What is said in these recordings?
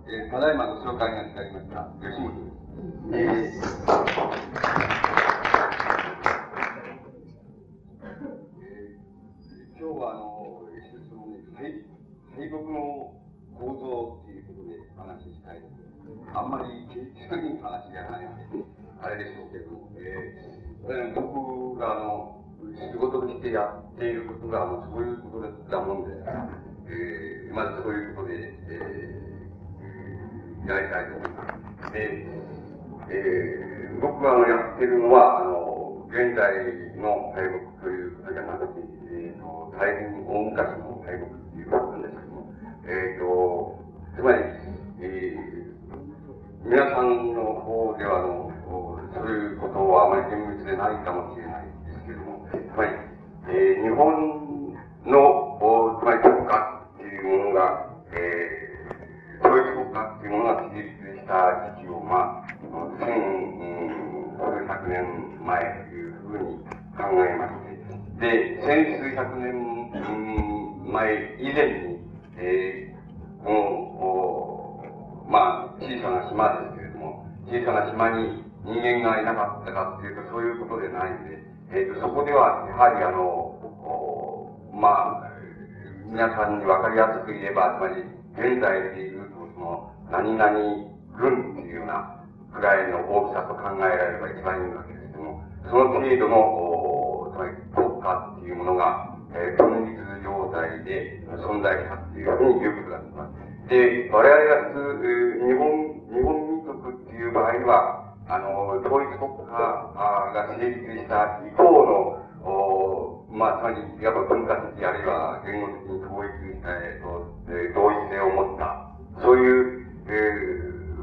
ただいまご紹介がいただきました、吉本です。今日はそのね、敗北の構造ということで話したいです。あんまり経済的な話じゃないので、あれでしょうけども、僕が仕事としてやっていることがそういうことだもんですから、まずそういうことで、やりたいと思います。で、僕がやってるのは、現在の敗北ということじゃなくて、大変大昔の敗北ということなんですけども、つまり、皆さんの方ではそういうことはあまり厳密でないかもしれないですけども、つまり、日本の、つまり国家っていうものが、統一国家っていうものが成立した時期を、千数百年前というふうに考えまして、で、千数百年前以前に、小さな島ですけれども、小さな島に人間がいなかったかっていうと、そういうことでないんで、そこでは、やはり皆さんにわかりやすく言えば、つまり、現在でいうと、何々軍っていうようなくらいの大きさと考えられれば一番いいわけですけども、その程度の、つまり国家っていうものが、分立状態で存在したっていうふうに言うことだと思います。で、我々が普通、日本民族っていう場合には、統一国家が成立した以降の、つまり、いわば文化的あるいは言語的に統一、同一性を持った、そういう、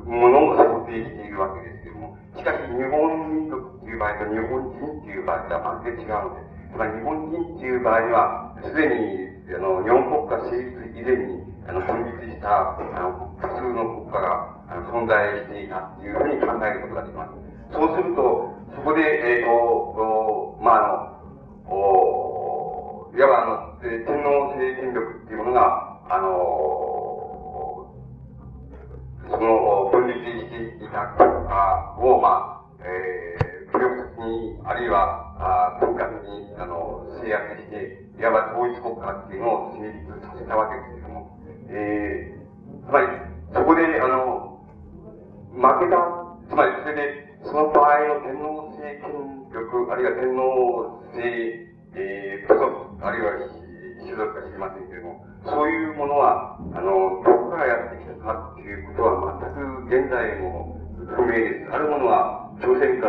ものを想定しているわけですけれども、しかし日本民族っていう場合と日本人っていう場合とは全く違うので、つまり日本人っていう場合には、すでに、日本国家成立以前に、分立した、普通の国家が、存在していたっていうふうに考えることができます。そうすると、そこで、いわば天皇制権力っていうものが、その分立していた国家を、武力的に、あるいは、文化的に、制約して、いわば統一国家っていうのを成立させたわけですけれども、つまり、そこで、負けた、つまり、それで、その場合の天皇制権力、あるいは天皇制、部族、あるいは種族か知りませんけれども、そういうものは、どこからやってきたかっていうことは全く現在も不明です。あるものは、朝鮮から、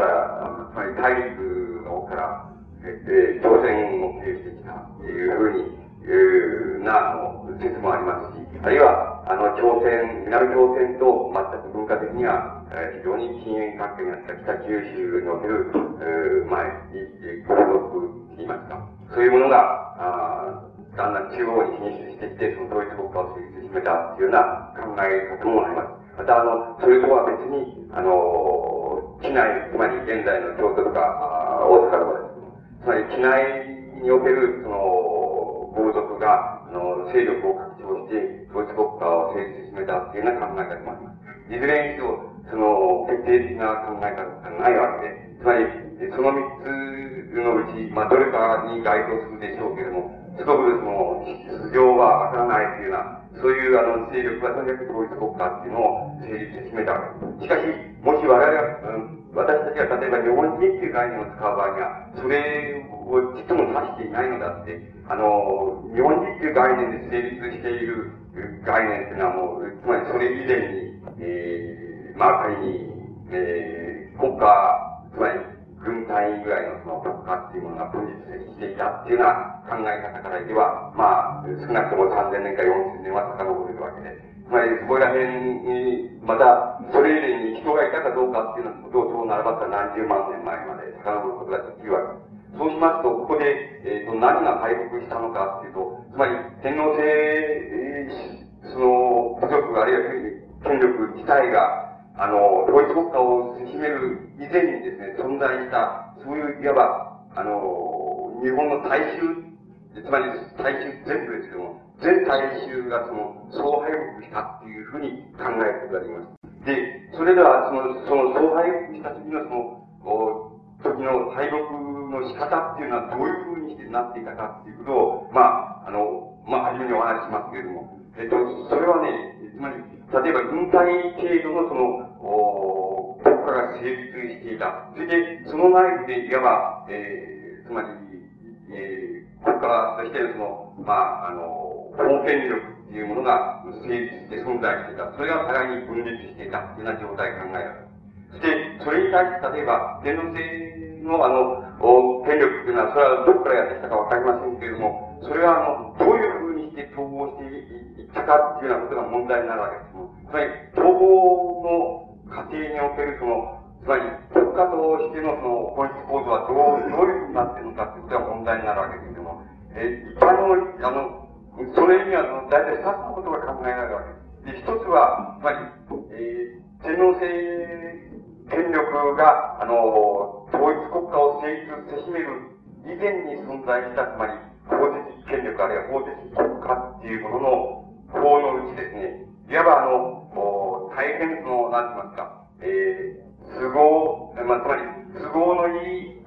つまり大陸の方から、朝鮮を経由してきたっていうふうに、説もありますし、あるいは、南朝鮮と全く文化的には、非常に近縁関係があった北九州における、豪族と言いますか、そういうものが、だんだん中央に進出してきて、その統一国家を成立しめたっていうような考え方もあります。また、それとは別に、畿内、つまり現在の京都とか、大阪とかです。つまり、畿内における、豪族が、勢力を拡張して、統一国家を成立しめたっていうような考え方もあります。いずれにせよ、決定的な考え方がないわけで、つまり、その三つのうち、どれかに該当するでしょうけれども、すごく素性はわからないというような、そういう勢力がとにかく統一国家っていうのを成立してしめたわけです。しかし、もし我々が、私たちが例えば日本人っていう概念を使う場合には、それをちっとも指していないのだって、日本人っていう概念で成立している概念っていうのはもう、つまりそれ以前に、仮に、国家、つまり軍隊員ぐらいのその国家っていうものが分立していたっていうような考え方から言えば、少なくとも3000年か4000年は遡れるわけで、つまりそこら辺に、また、それ以前に人がいたかどうかっていうのことをそうならばったら何十万年前まで遡ることができるわけです。そうしますと、ここで、何が敗北したのかっていうと、つまり、天皇制、部族あるいは権力自体が、統一国家をせしめる以前にですね、存在した、そういういわば、日本の大衆、つまり大衆全部ですけども、 全大衆が総敗北したっていうふうに考えることができます。で、それでは、その総敗北した時の時の敗北の仕方っていうのはどういうふうにしてなっていたかっていうことを、初めにお話ししますけれども、それはね、つまり、例えば軍隊程度の国家が成立していた。それで、その内部でいわば、つまり、国家として封建力っていうものが成立して存在していた。それが互いに分裂していたというような状態を考えられる。そして、それに対して、例えば、天皇制の権力っていうのは、それはどこからやってきたかわかりませんけれども、それはどういうふうにして統合していったかっていうようなことが問題になるわけです。つまり、統合の過程におけるつまり、国家としての法律構造はどういうふうになっているのかっていうことが問題になるわけですけども、一般の、それには大体二つのことが考えられるわけです。で、一つは、つまり、天皇制権力が、統一国家を成立せしめる以前に存在した、つまり、法的権力あるいは法的国家っていうものの法のうちですね、いわば大変なんて言いますか、つまり、都合のいい、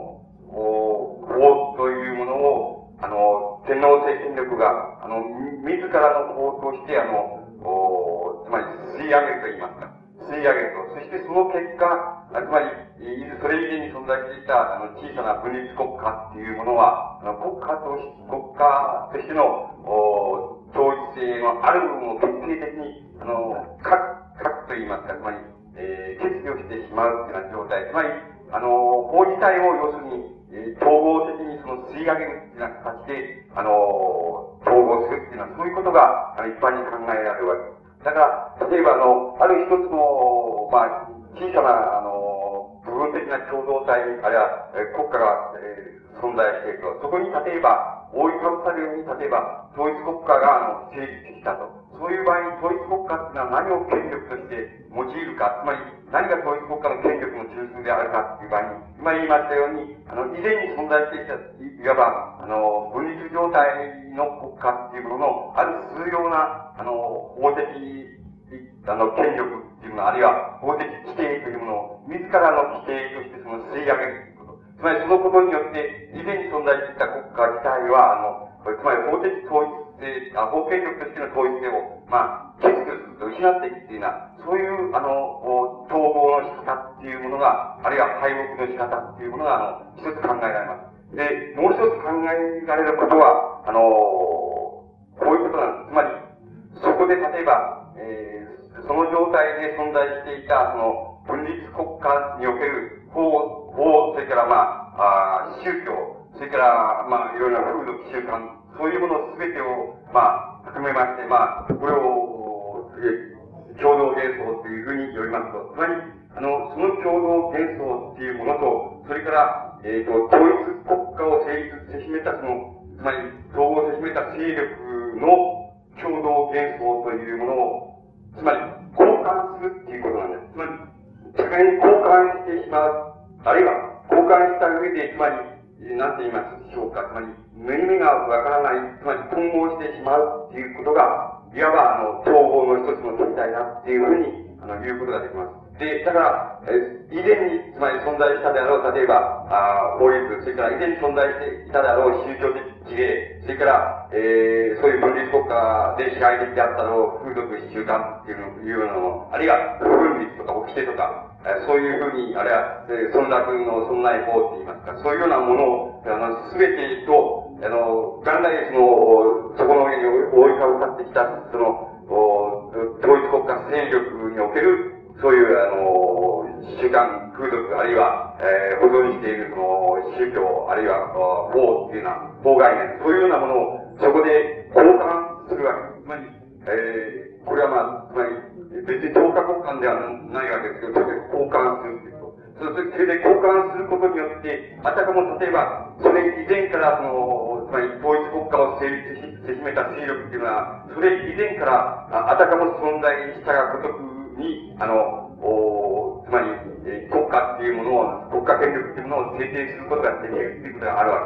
法というものを、天皇制権力が、自らの法として、つまり、吸い上げると言いますか。吸い上げると。そしてその結果、つまり、それ以前に存在していた、小さな分立国家っていうものは、国家としての、統一性のある部分を決定的に、核と言いますか、つまり、欠如してしまうというような状態。つまり、法自体を要するに、統合的に吸い上げるというような形で、統合するっていうのは、そういうことが、一般に考えられるわけです。だから、例えばある一つの、小さな、部分的な共同体、あるいは、国家が、存在していると、そこに例えば、覆い隠されるように、例えば、統一国家が、成立したと。そういう場合に、統一国家っていうのは何を権力として用いるか、つまり、何が統一国家の権力の中枢であるかっていう場合に、今言いましたように、以前に存在していた、いわば、分立状態の国家っていうものの、ある数要な、法的、権力っていうもの、あるいは法的規定というものを、自らの規定として吸い上げるということ。つまりそのことによって、以前に存在していた国家自体は、つまり法的統一性、法権力としての統一性を、欠如すると失っていくっていうような、そういう、統合の仕方っていうものが、あるいは敗北の仕方っていうものが、一つ考えられます。で、もう一つ考えられることは、こういうことなんです。つまり、そこで例えば、その状態で存在していた、分立国家における法、それから宗教、それから、いろいろな風俗習慣、そういうもの全てを、含めまして、これを、共同幻想というふうに呼びますと、つまり、その共同幻想っていうものと、それから、統一国家を成立せしめた、つまり、統合せしめた勢力の共同幻想というものを、つまり、交換するっていうことなんです。つまり、互いに交換してしまう。あるいは、交換した上で、つまり、なんて言いますでしょうか。つまり、縫い目がわからない、つまり混合してしまうっていうことが、いわば、統合の一つの形態だっていうふうに、言うことができます。で、だから、以前に、つまり存在したであろう、例えば、法律、それから以前に存在していたであろう宗教的事例、それから、そういう分立国家で支配的であったろう風俗習慣っていうようなの、あるいは、不分立とか、掟とか、そういうふうに、あるいは、存在の存在法って言いますか、そういうようなものを、すべてと、元来そこの上に覆いかぶさってきた、統一国家勢力における、そういう、習慣、風俗、あるいは、保存している、宗教、あるいは、法っていうような、法概念、そういうようなものを、そこで交換するわけです。つまり、これはつまり、別に等価交換ではないわけですけど、それで交換するっていうこと。それで交換することによって、あたかも例えば、それ以前からつまり統一国家を成立してしめた勢力っていうのは、それ以前から、あたかも存在したがごとくに、つまり、国家っていうものを、国家権力っていうものを制定することができるっていうことがあるわけです。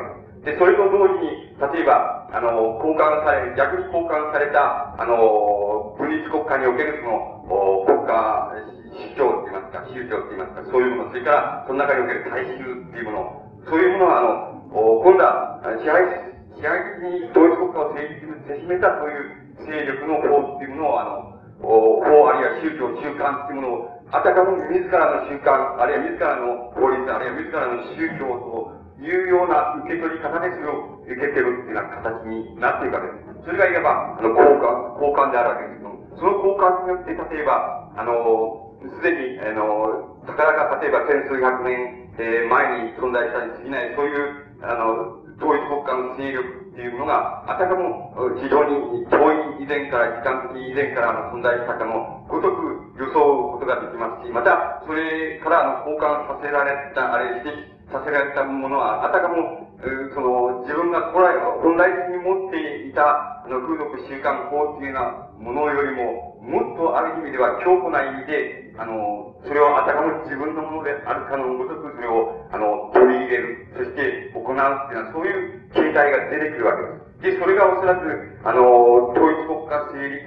で、それと同時に、例えば、逆に交換された、分立国家におけるその、国家、宗教って言いますか、そういうもの、それから、その中における大衆っていうもの、そういうものは、今度は、支配的に統一国家を成立せしめたそういう勢力の法っていうものを、法あるいは宗教、習慣っていうものを、あたかも自らの習慣、あるいは自らの法律、あるいは自らの宗教というような受け取り方でそれを受けてるっていうような形になっていくわけです。それがいわば、交換であるわけですけども、その交換によって、例えば、すでに、たかだか例えば千数百年、前に存在したに過ぎない、そういう、統一国家の勢力っていうものが、あたかも非常に遠い以前から、時間的以前から存在したかのごとく予想ことができますし、また、それから交換させられた、指摘させられたものは、あたかも、自分が本来的に持っていた、風俗習慣法っていうようなものよりも、もっとある意味では強固な意味で、それをあたかも自分のものであるかのごとくそれを、取り入れる、そして行うっていうのは、そういう形態が出てくるわけです。で、それがおそらく、統一国家成立、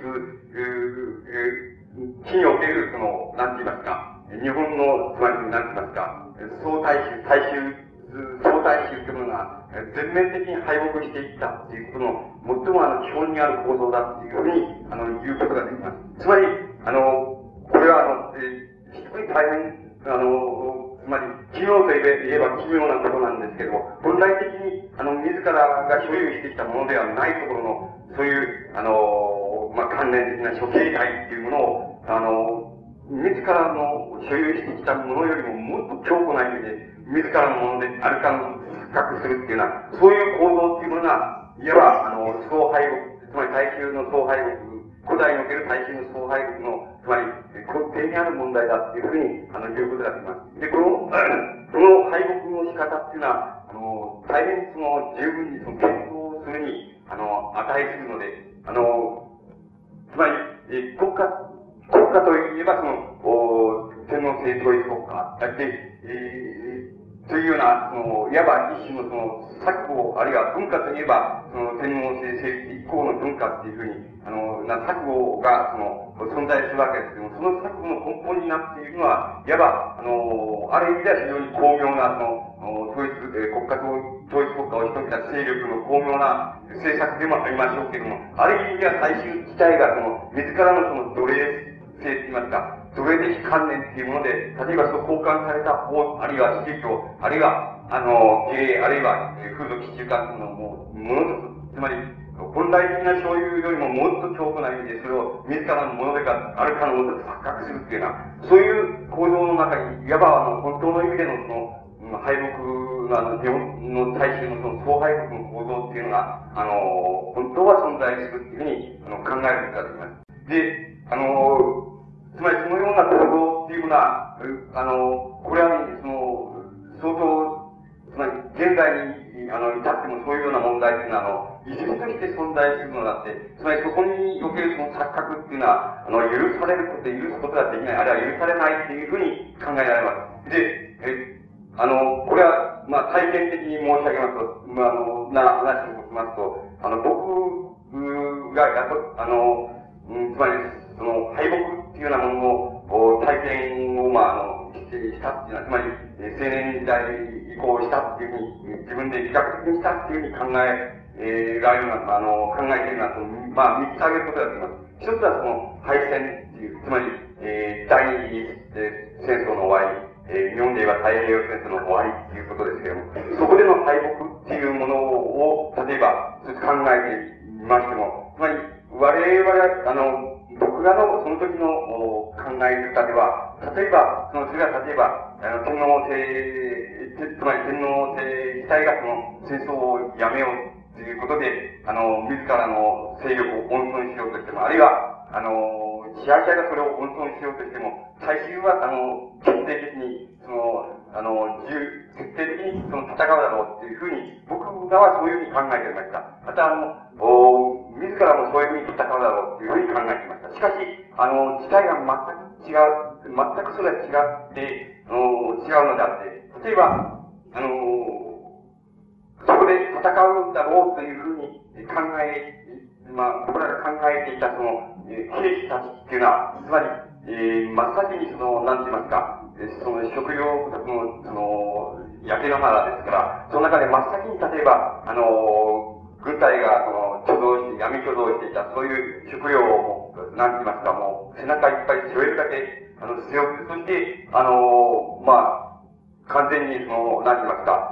地における、なんて言いますか、日本の、つまり、なんて言いますか、相対宗というものが全面的に敗北していったっていうことの最も基本にある構造だっていうふうに、言うことができます。つまり、これは非常に大変、つまり、奇妙と言えば奇妙なことなんですけども、本来的に、自らが所有してきたものではないところの、そういう、関連的な諸形態っていうものを、自らの所有してきたものよりももっと強固な意味で、自らのものであるかの錯覚するっていうような、そういう構造っていうものが、いわば、総敗北、つまり大衆の総敗北、古代における大衆の総敗北の、つまり、根底にある問題だっていうふうに、言うことができます。で、この敗北の仕方っていうのは、大変十分に検討するに、値するので、つまり、国家といえば天皇制統一国家というような、いわば一種の錯誤、あるいは文化といえば、天皇制成立以降の文化っていうふうに、錯誤が、存在するわけですけども、その錯誤の根本になっているのは、いわば、ある意味では非常に巧妙な、統一国家を一つた勢力の巧妙な政策でもありましょうけども、ある意味では大衆自体が自らの奴隷性といいますか、奴隷的観念っていうもので、例えば交換された法、あるいは宗教、あるいは、芸、あるいは風俗習慣というのをものつまり、本来的な所有よりももっと強固な意味で、それを自らのものであるかのもので錯覚するっていうような、そういう構造の中に、いわば本当の意味での敗北日本の大衆の総敗北の構造っていうのが、本当は存在するっていうふうに、考えることができます。で、つまりそのような構造っていうのは、これはね、相当、つまり現代に、至ってもそういうような問題っていうのは、異質として存在するのだって、つまりそこにおける錯覚っていうのは、許されること、許すことができない、あるいは許されないっていうふうに考えられます。で、これは、体験的に申し上げますと、話をしますと、僕がつまり、敗北っていうようなものを、体験を、したっていうのは、つまり、青年時代以降したっていうふうに、自分で自覚的にしたっていうふうに考えられるような、考えているのは、三つ挙げることができます。一つは敗戦っていう、つまり、第二次戦争の終わり、日本で言えば太平洋戦争の終わりっていうことですけれども、そこでの敗北っていうものを、例えば、考えてみましても、つまり、我々は、僕らのその時の考え方では、例えば、それは例えば、天皇制、つまり天皇制自体が戦争をやめようということで、自らの勢力を温存しようとしても、あるいは、支配者がそれを温存しようとしても、大衆は、決定的に、徹底的に戦うだろうっていうふうに、僕らはそういうふうに考えておりました。また、自らもそういうふうに戦うだろうっていうふうに考えていました。しかし、事態が全く違う、全くそれは違って、違うのであって、例えば、 そこで戦うんだろうというふうに僕らが考えていたその、兵士たちっていうのは、つまり、真っ先になんて言いますか、その食料不足の、焼け野原ですから、その中で真っ先に例えば、軍隊が、闇挙動していた、そういう食料を、なんて言いますか、もう、背中いっぱい背負えるだけ、背負って、そして、完全になんて言いますか、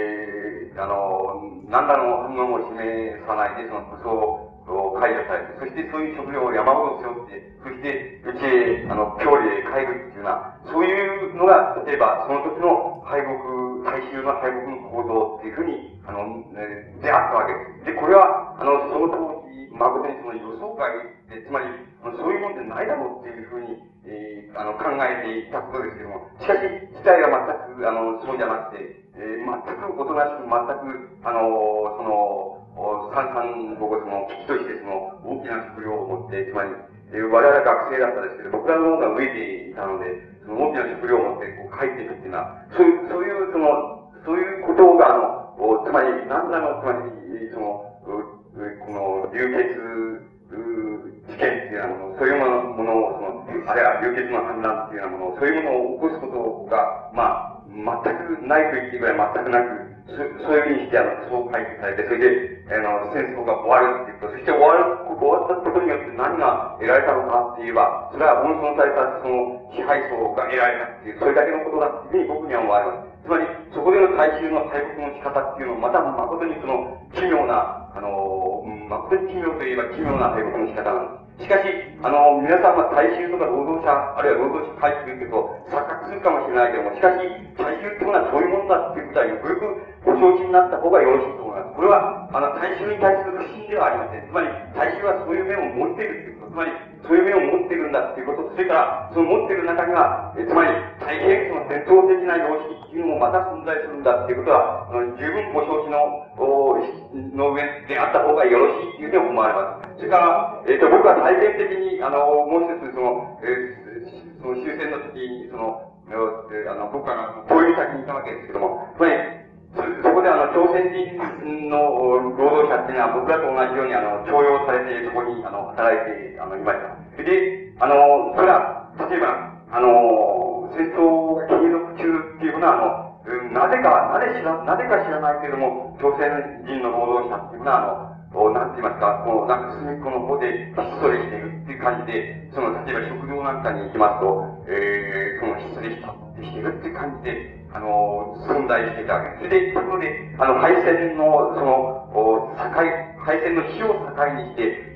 何らの反応を示さないで、武装を解除されて、そしてそういう食料を山ほど背負って、そして、うちへ、郷里へ帰るっていうような、そういうのが、例えば、その時の大衆の敗北の行動っていうふうに、であったわけです。で、これは、その当時、誠に予想外で、つまり、そういうもんでないだろうっていうふうに、考えていたことですけども、しかし、事態は全く、そうじゃなくて、全くおとなしく、全く、三々僕は危機として大きな食料を持って、つまり、我々は学生だったんですけど、僕らの方が飢えていたので、その大きな食料を持って帰っていくっていうのは、そういうことが、つまり、何らの、つまり、この流血事件っていうようなもの、そういうものを、あれは流血の反乱っていうようなものを、そういうものを起こすことが、全くないと言っていいぐらい全くなく、そういうふうにして、そう回避されて、それで、戦争が終わるっていうこと、そして終わったことによって何が得られたのかって言えば、それは温存された支配層が得られたっていう、それだけのことだっていうふうに僕には思われます。つまり、そこでの大衆の敗北の仕方っていうのを、また誠に奇妙な、誠に奇妙といえば奇妙な敗北の仕方なんです。しかし、皆さんは大衆とか労働者、あるいは労働者階級というと錯覚するかもしれないけども、しかし、大衆っていうのはそういうものだっていうことはよくよくご承知になった方がよろしいと思います。これは、大衆に対する不信ではありません。つまり、大衆はそういう面を持っているということ。つまり、そういう面を持っているんだっていうこと、それから、その持っている中には、つまり、大変伝統的な様式っていうのもまた存在するんだっていうことは、十分ご承知の上であった方がよろしいっていうふうに思われます。それから、僕は体験的に、もう一つ、終戦の時に、僕は、こういう先にいたわけですけども、つまり、そこで朝鮮人の労働者っていうのは僕らと同じように徴用されてそこに働いていました。で、それは、例えば、戦争が継続中っていうのはなぜか知らないけれども、朝鮮人の労働者っていうのはなんて言いますか、なんか隅っこの方でひっそりしているっていう感じで、例えば食堂なんかに行きますと、ひっそりしているっていう感じで、存在していたわけです。で、ところで、敗戦の、敗戦の日を境にして、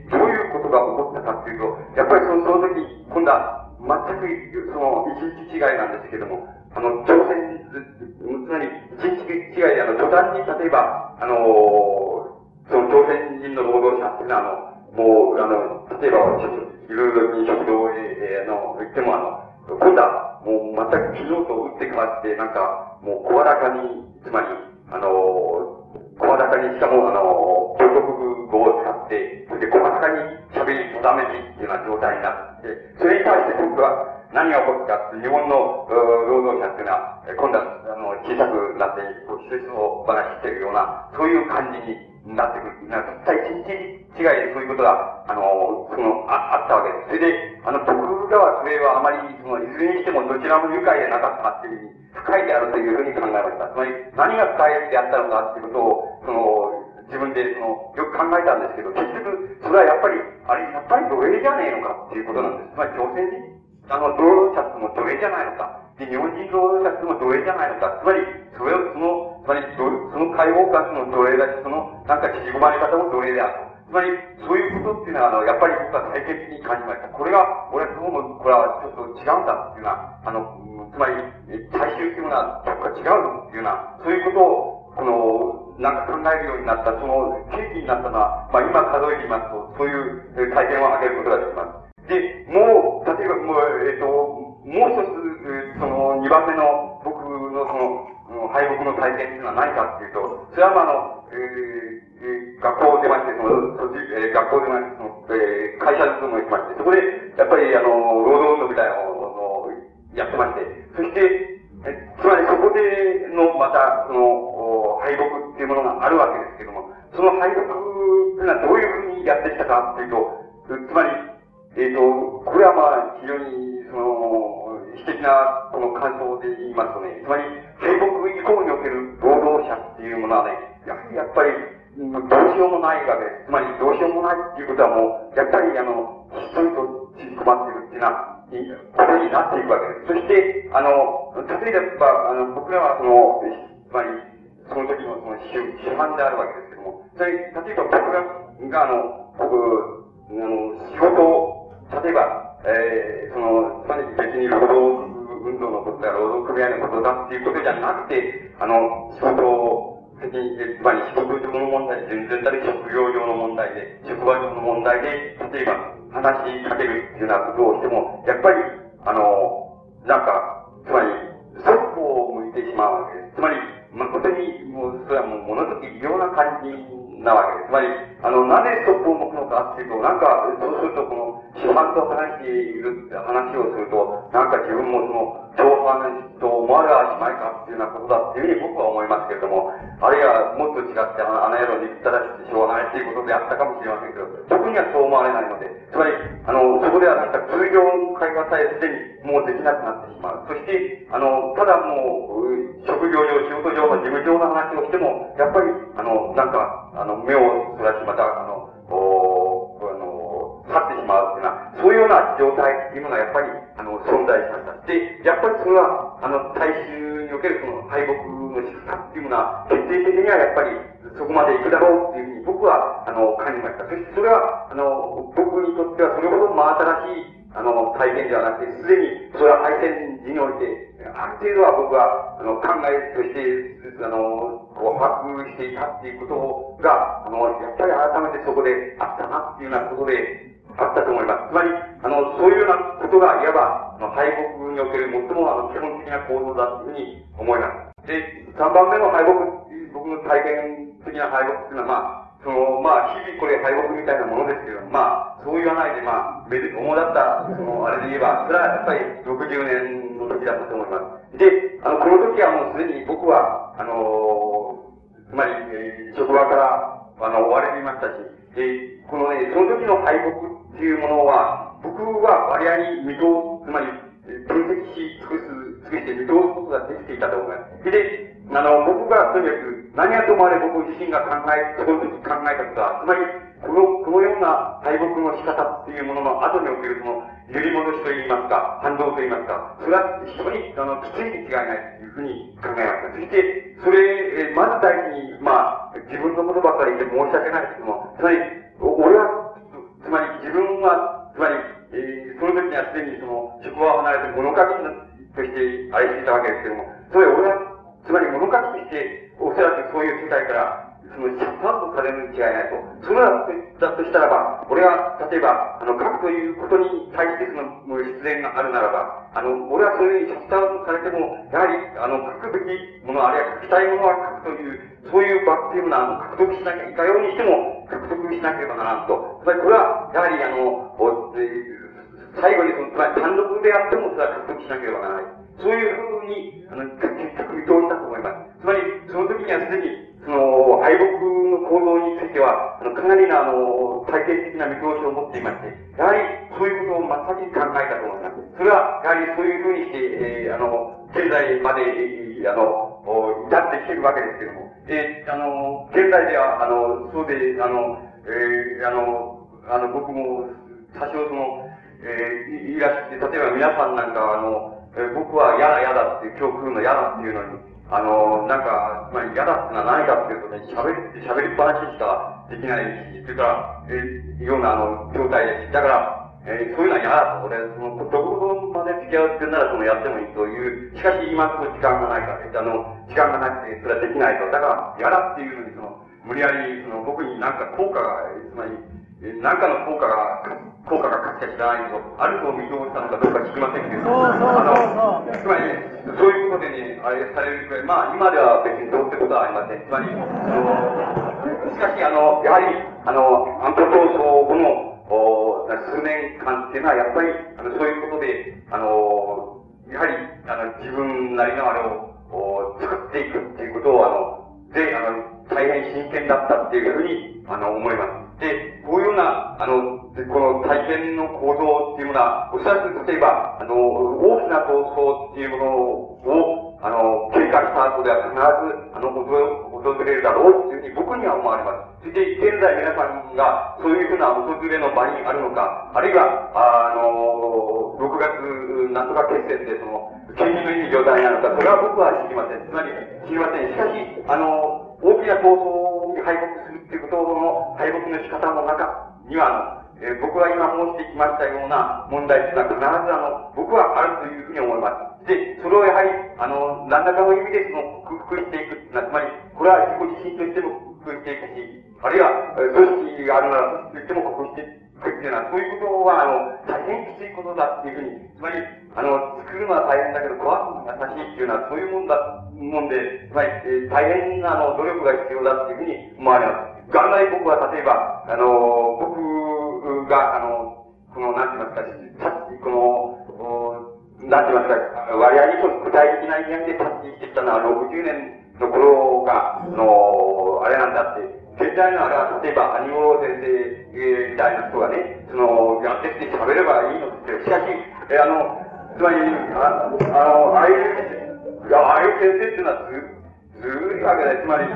どういうことが起こったかっていうと、やっぱりその時、今度は、全く、一日違いなんですけども、朝鮮、つまり、一日違いで、途端に、例えば、その朝鮮人の労働者っていうのは、もう、例えば、いろいろに食堂へ、行っても、今度は、もう全く昨日と打って変わって、なんか、もう声高に、つまり、声高にしかも、京都語を使って、それで声高に喋りとだめてっていうような状態になって、それに対して僕は何が起こったかって、日本の労働者っていうのは、今度は、小さくなって、ひそひそ話してるような、そういう感じになってくる。たった一日違いでそういうことが、あったわけです。それで、僕らはそれはあまり、いずれにしてもどちらも愉快でなかったっていうふうに、不快であるというふうに考えました。つまり、何が不快であったのかっていうことを、自分でよく考えたんですけど、結局、それはやっぱり、やっぱり奴隷じゃねえのかっていうことなんです。つまり、朝鮮人、労働者っても奴隷じゃないのか。で、日本人労働者っても奴隷じゃないのか。つまり、それをつまり、その解放感の奴隷だし、なんか縮こまれ方も奴隷であると。つまり、そういうことっていうのは、やっぱり僕は体験的に感じました。これが、俺はどうも、これはちょっと違うんだっていうような、つまり、大衆っていうのは、どこか違うっていうような、そういうことを、なんか考えるようになった、その契機になったのは、今数えてみますと、そういう体験を挙げることができます。で、もう、例えば、もう一つ、二番目の僕の敗北の体験っていうのは何かっていうと、それは学校を出まして、学校を出まして、会社勤めをしまして、そこで、やっぱり、労働運動みたいなのをやってまして、そして、つまりそこでの、また、敗北っていうものがあな、この感想で言いますとね、つまり、敗北以降における労働者っていうものはね、やっぱり、どうしようもないわけです。つまり、どうしようもないっていうことはもう、やっぱりひっそりと縮こまっているっていうような、ことになっていくわけです。そして、例えば、僕らはつまり、その時の主犯であるわけですけども、それ、例えば僕らが、仕事を、例えば、つまり別に労働運動のことや労働組合のことだっていうことじゃなくて、仕事を、つまり仕事上の問題、全然たる職業上の問題で、職場上の問題で、例えば話しかけるっていうようなことをしても、やっぱり、なんか、つまり、側方を向いてしまうわけです。つまり、誠に、もう、それはもう、ものすごく異様な感じなわけです。つまり、なぜ側方を向くのかっていうと、なんか、そうすると、この、主犯と話している、話をすると、なんか自分も共犯と思われはしまいかっていうようなことだっていうふうに僕は思いますけれども、あるいはもっと違って、あの野郎に言ったらしてしょうがないっていうことであったかもしれませんけど、僕にはそう思われないので、つまり、そこではなんか通常の会話さえすでにもうできなくなってしまう。そして、ただもう、職業上、仕事上、事務上の話をしても、やっぱり、なんか、目をそらし、また、去ってしまうっていうような、そういうような状態っていうのがやっぱり、存在しました。で、やっぱりそれは、大衆におけるその敗北の仕方っていうのは、決定的にはやっぱり、そこまで行くだろうっていうふうに僕は、感じました。そしてそれは、僕にとってはそれほど真新しい、体験ではなくて、すでに、それは敗戦時において、ある程度は僕は、考えとして、こう、把握していたっていうことが、やっぱり改めてそこであったなっていうようなことで、あったと思います。つまり、そういうようなことが、いわば、敗北における最も基本的な行動だというふうに思います。で、3番目の敗北、僕の体験的な敗北っていうのは、日々これ敗北みたいなものですけど、そう言わないで、主だった、あれで言えば、それはやっぱり60年の時だったと思います。で、この時はもうすでに僕は、つまり、職場から、追われていましたし、で、その時の敗北っていうものは、僕は割合につまり、分析し尽くして見通すことができていたと思います。で、僕がとにかく、何はともあれ僕自身がその時考えたことは、つまり、このような敗北の仕方っていうものの後における揺り戻しといいますか、反動といいますか、それは非常に、きついに違いないというふうに考えました。そして、まず第一に、自分のことばっかり言って申し訳ないですけども、つまり、俺は、つまり自分は、つまり、その時にはすでに職場を離れて物書きとしてあれしていたわけですけども、俺は、つまり物書きとして、おそらくそういう世界から、シャットアウトされるに違いないと。それだとしたらば、俺は、例えば、書くということに対して必然があるならば、俺はそういうシャットアウトされても、やはり、書くべきもの、あるいは書きたいものは書くという、そういう場っていうのは、獲得しなきゃいかようにしても、獲得しなければならんと。つまり、これは、やはり、最後につまり単独であっても、それは獲得しなければならない。そういうふうに、結局見通したと思います。つまり、その時にはすでに、敗北の行動については、かなりの、体系的な見通しを持っていまして、やはり、そういうことを真っ先に考えたと思います。それは、やはりそういうふうにして、現在まで、至ってきているわけですけども。現在では、そうで、僕も、多少いらして、例えば皆さんなんか僕は嫌だって、今日来るの嫌だっていうのに、つまり嫌だってのは何かっていうとね、喋りっぱなししかできないし、それから、ような状態です。だから、そういうのは嫌だと。俺、どこまで付き合うってならやってもいいという、しかし今のところ時間がないから、時間がなくて、それはできないと。だから、嫌だっていうのに、無理やり、僕になんか効果が、つまり、何かの効果が勝つか知らないけど、あると見通したのかどうか聞きませんけど、つまり、そういうことでね、あれされるくらい、今では別にどうってことはありません。つまり、しかし、やはり、安保闘争後の、数年間っていうのは、やっぱり、そういうことで、やはり、自分なりのあれを、作っていくっていうことを、大変真剣だったっていうふうに、思います。で、こういうような、 この体験の構造っていうものは、おそらく例えば、大きな闘争っていうものを、経過した後では必ず、訪れるだろうっていうふうに僕には思われます。そして、現在皆さんが、そういうふうな訪れの場にあるのか、あるいは、6月なんとか決戦で、権威のいい状態なのか、それは僕は知りません。つまり、知りません。しかし、大きな闘争に敗北するっていうことの、敗北の仕方の中には、僕が今申してきましたような問題っていうのは必ず僕はあるというふうに思います。で、それをやはり、何らかの意味で克服していくっていうのは、つまり、これは自己自身としても克服していくし、あるいは、組織があるなら組織としても克服していくっていうのは、そういうことは、大変きついことだっていうふうに、つまり、作るのは大変だけど、壊すのが優しいっていうのは、そういうもんで、つまり、大変な努力が必要だっていうふうに思われます。元来僕は例えば、僕が、なんて言いますか、なんて言いますか、割合に具体的な意味でタッチしてきたのは60年の頃が、あれなんだって、現在のあれは、例えば、兄五郎先生みたいな人がね、やってって喋ればいいのって、しかし、つまり、ああいう先生っていうのはずるいわけで、つまり、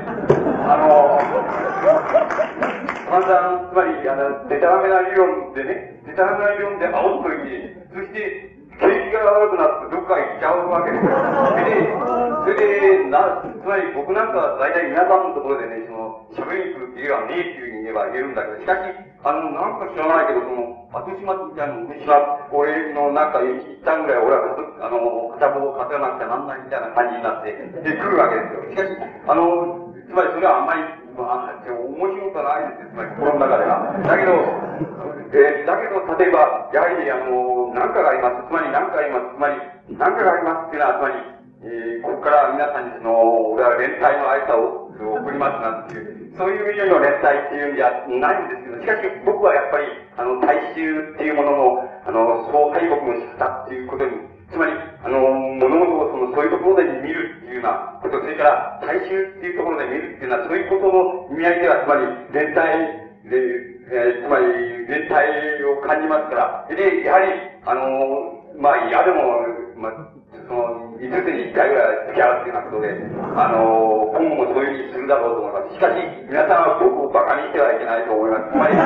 散々、つまり、デタラメな理論でね、デタラメな理論で煽っといて、そして、景気が悪くなってどっか行っちゃうわけですよ。それで、つまり僕なんかは大体皆さんのところでね、喋りに来るって言えばねえっていうふうに言えば言えるんだけど、しかし、なんか知らないけど、後始末みたいなの、俺のなんか一旦ぐらい俺は片棒を勝たなくちゃなんないみたいな感じになって、で、来るわけですよ。しかし、つまりそれはあんまり、面白くないんですよ、つまり心の中では。だけど、例えば、やはり、何かがあります。つまり何かがあります。つまり、何かがありますっていうのは、つまり、ここから皆さんに俺は連帯の挨拶を送りますなんていう、そういう意味の連帯っていうんじゃないんですけど、しかし僕はやっぱり、大衆っていうものの、総敗北の仕方っていうことに、つまり、物事をそういうところで見るっていうようなこと、それから、大衆っていうところで見るっていうのは、そういうことの意味合いでは、つまり、連帯で、つまり、連帯を感じますから、で、やはり、嫌でも、5つに1回ぐらい付き合うっていうようなことで、今後もそういうふうにするだろうと思います。しかし、皆さんは僕を馬鹿にしてはいけないと思います。つまり、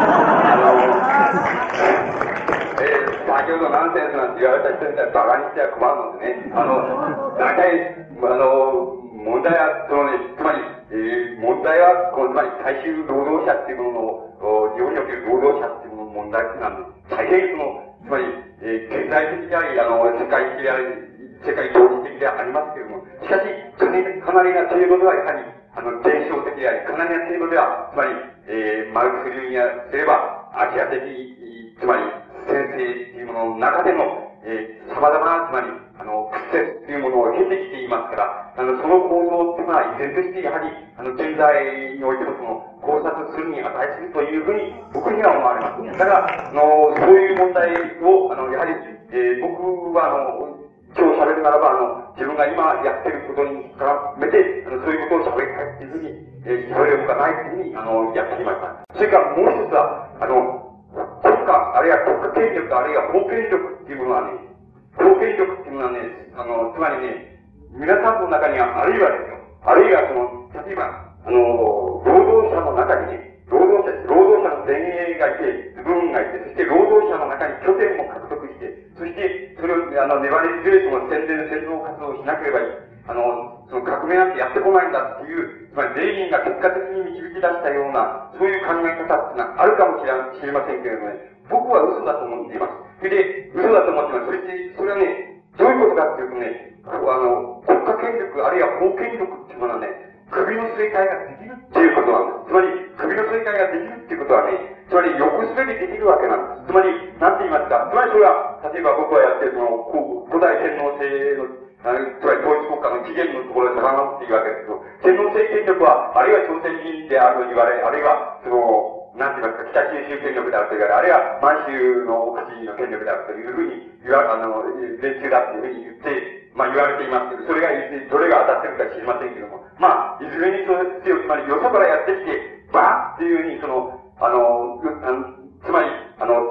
先ほどナンセンスなんて言われた人に対して馬鹿にしては困るのでね、大体、問題は、つまり、問題は、つまり大衆労働者っていうものの、日本における労働者っていうものの問題っていうのは、大変つまり、経済的であり、世界的であり、世界同時的でありますけれども、しかし、かなりな程度ではやはり、伝承的であり、かなりな程度では、つまり、マルクス流にすれば、アジア的、つまり、先生っていうものの中での、様々な、つまり、屈折っていうものを経てきていますから、その構造っていうのは依然として、やはり、現在においても考察するに値するというふうに、僕には思われます。だから、そういう問題を、やはり、僕は、今日喋るならば、自分が今やってることに絡めて、そういうことを喋りたいっていうふうに、喋るほかないっていうふうに、やってきました。それからもう一つは、国家、あるいは国家権力、あるいは法権力っていうものはね、法権力っていうのはね、つまりね、皆さんの中には、あるいはですよ、あるいは例えば、労働者の中にね、労働者の前衛がいて、部分がいて、そして労働者の中に拠点も獲得して、そして、それを、粘り強い宣伝活動をしなければいい。革命なんてやってこないんだっていう、つまりレーニンが結果的に導き出したような、そういう考え方っていうのはあるかもしれませんけれどもね、僕は嘘だと思っています。それで、嘘だと思っています。それはね、どういうことかっていうとね、国家権力、あるいは法権力っていうものはね、首の据え替えができるっていうことなんです。つまり、首の据え替えができるっていうことはね、つまり横滑りできるわけなんです。つまり、なんて言いますか、つまりそれは、例えば僕はやってる古代天皇制の、つまり統一国家の起源のところで絡まっているわけですけど、天皇制権力は、あるいは朝鮮人であると言われ、あるいは、なんて言いますか、北九州権力であると言われ、あるいは満州の国の権力であるというふうに連中だっていうふうに言って、言われていますけど、それが、どれが当たってるか知りませんけども、いずれにせよ、つまりよそからやってきて、バーっていうふうに、つまり、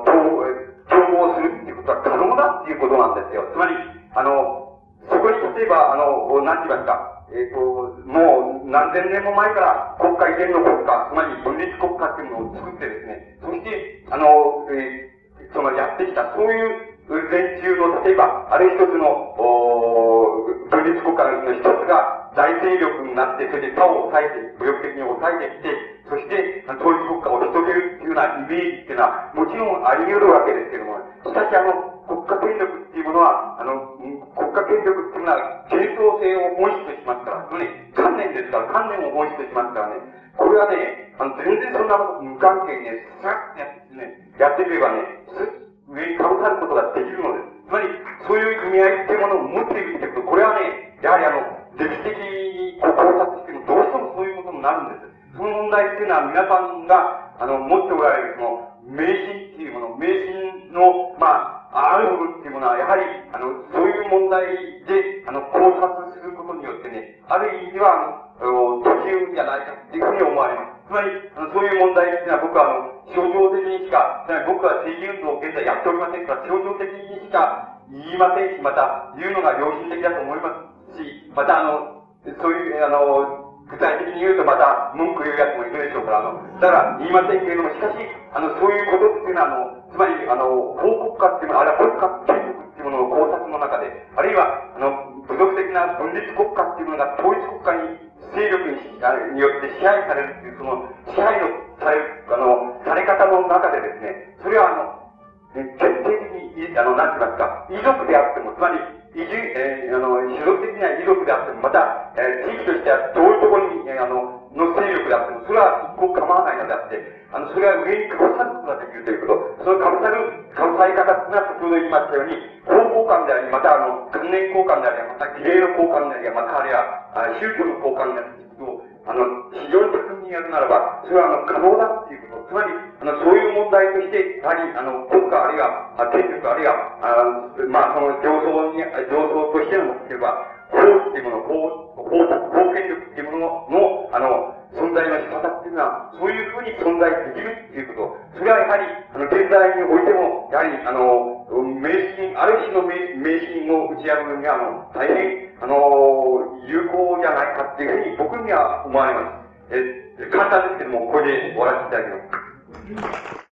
つまり、そこに例えば、なんて言いますか、もう何千年も前から国家移転の国家、つまり分立国家っていうのを作ってですね、そして、やってきた、そういう連中の、例えば、ある一つの、分立国家の一つが大勢力になって、それで他を抑えて、武力的に抑えてきて、そして、統一国家を広げるっていうようなイメージっていうのは、もちろんあり得るわけですけども、しかし国家権力っていうものは、国家権力っていうのは、正当性を本質としますから、観念ですから、観念を本質としますからね、これはね、全然そんな無関係にね、スラッとやってくればね、上にかぶさることができるのです。つまり、そういう意味合いっていうものを持っているっていうこと、これはね、やはり歴史的に考察しても、どうしてもそういうことになるんです。その問題っていうのは皆さんが、持っておられる、その、迷信っていうもの、迷信の、ある部分っていうものは、やはり、そういう問題で、考察することによってね、ある意味では、途中じゃないかっていうふうに思われます。つまり、そういう問題っていうのは僕は、象徴的にしか、つまり僕は政治運動を現在やっておりませんから、象徴的にしか言いませんし、また、言うのが良心的だと思いますし、またそういう、具体的に言うとまた文句言うやつもいるでしょうから、だから言いませんけれども、しかし、そういうことっていうのは、つまり、法国家っていうもの、あるいは国家権力っていうものの考察の中で、あるいは、部族的な分立国家っていうものが統一国家に、勢力によって支配されるっていう、その、支配のされる、され方の中でですね、それは決定的に、なんて言いますか、遺族であっても、つまり、種族的な遺族であっても、また、地域としては遠いところに、の勢力であっても、それは一向構わないのであって、それは上にかぶさることができるということ。そのかぶさり方っていうのは、先ほど言いましたように、法交換であり、また関連交換であり、また儀礼の交換であり、またあるいは、宗教の交換であるということを、非常に巧みにやるならば、それは可能だっていうこと。つまり、そういう問題として、やはり、国家あるいは、権力あるいは、その上層としての目標は、法っていうもの、法権力っていうものの、存在の仕方っていうのは、そういうふうに存在できるっていうこと。それはやはり、現代においても、やはり、迷信、ある種の迷信を打ち破るには、大変、有効じゃないかっていうふうに僕には思われます。簡単ですけども、これで終わらせていただきます。